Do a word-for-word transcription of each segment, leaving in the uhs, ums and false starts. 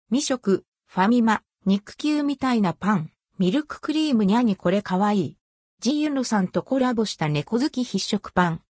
未食、ファミマ、肉球みたいなパン、ミルククリームにゃにこれかわいい。ジユノさんとコラボした猫好き必食パン。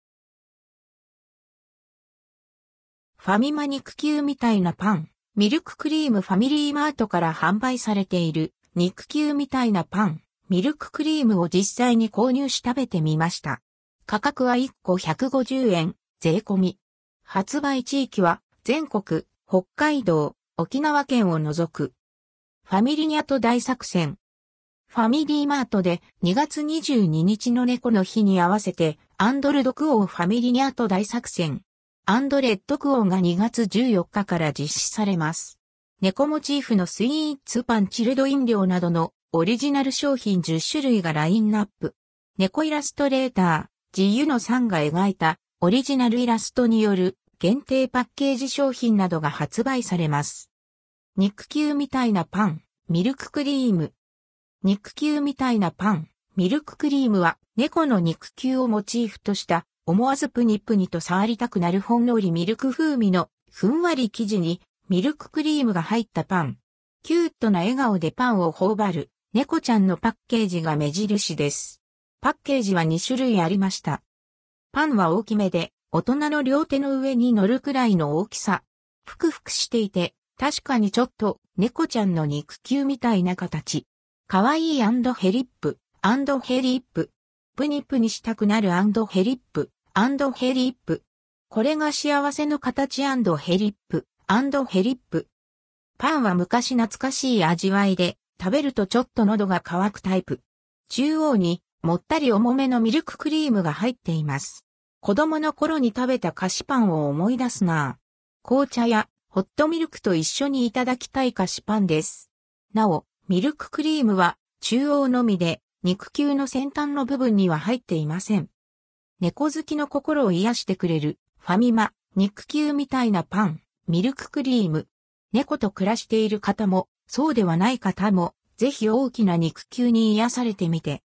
ファミマ肉球みたいなパン、ミルククリームファミリーマートから販売されている肉球みたいなパン、ミルククリームを実際に購入し食べてみました。価格はいっこひゃくごじゅうえん、税込み。発売地域は全国、北海道、沖縄県を除く。ファミリニャト大作戦。ファミリーマートでにがつにじゅうににちの猫の日に合わせてアンドルドクオーファミリニャト大作戦。アンドレッドクオーがにがつじゅうよっかから実施されます。猫モチーフのスイーツパンチルド飲料などのオリジナル商品じゅっしゅるいがラインナップ。猫イラストレーター、ジユノさんが描いたオリジナルイラストによる限定パッケージ商品などが発売されます。肉球みたいなパン、ミルククリーム。肉球みたいなパン、ミルククリームは猫の肉球をモチーフとした思わずプニプニと触りたくなるほんのりミルク風味のふんわり生地にミルククリームが入ったパン。キュートな笑顔でパンを頬張る猫ちゃんのパッケージが目印です。パッケージはにしゅるいありました。パンは大きめで大人の両手の上に乗るくらいの大きさ。ふくふくしていて確かにちょっと猫ちゃんの肉球みたいな形。かわいい&ヘリップ、&ヘリップ。プニプニしたくなる&ヘリップ、&ヘリップ。これが幸せの形&ヘリップ、&ヘリップ。パンは昔懐かしい味わいで、食べるとちょっと喉が渇くタイプ。中央にもったり重めのミルククリームが入っています。子供の頃に食べた菓子パンを思い出すなぁ。紅茶やホットミルクと一緒にいただきたい菓子パンです。なお、ミルククリームは中央のみで肉球の先端の部分には入っていません。猫好きの心を癒してくれるファミマ肉球みたいなパン、ミルククリーム。猫と暮らしている方もそうではない方もぜひ大きな肉球に癒されてみて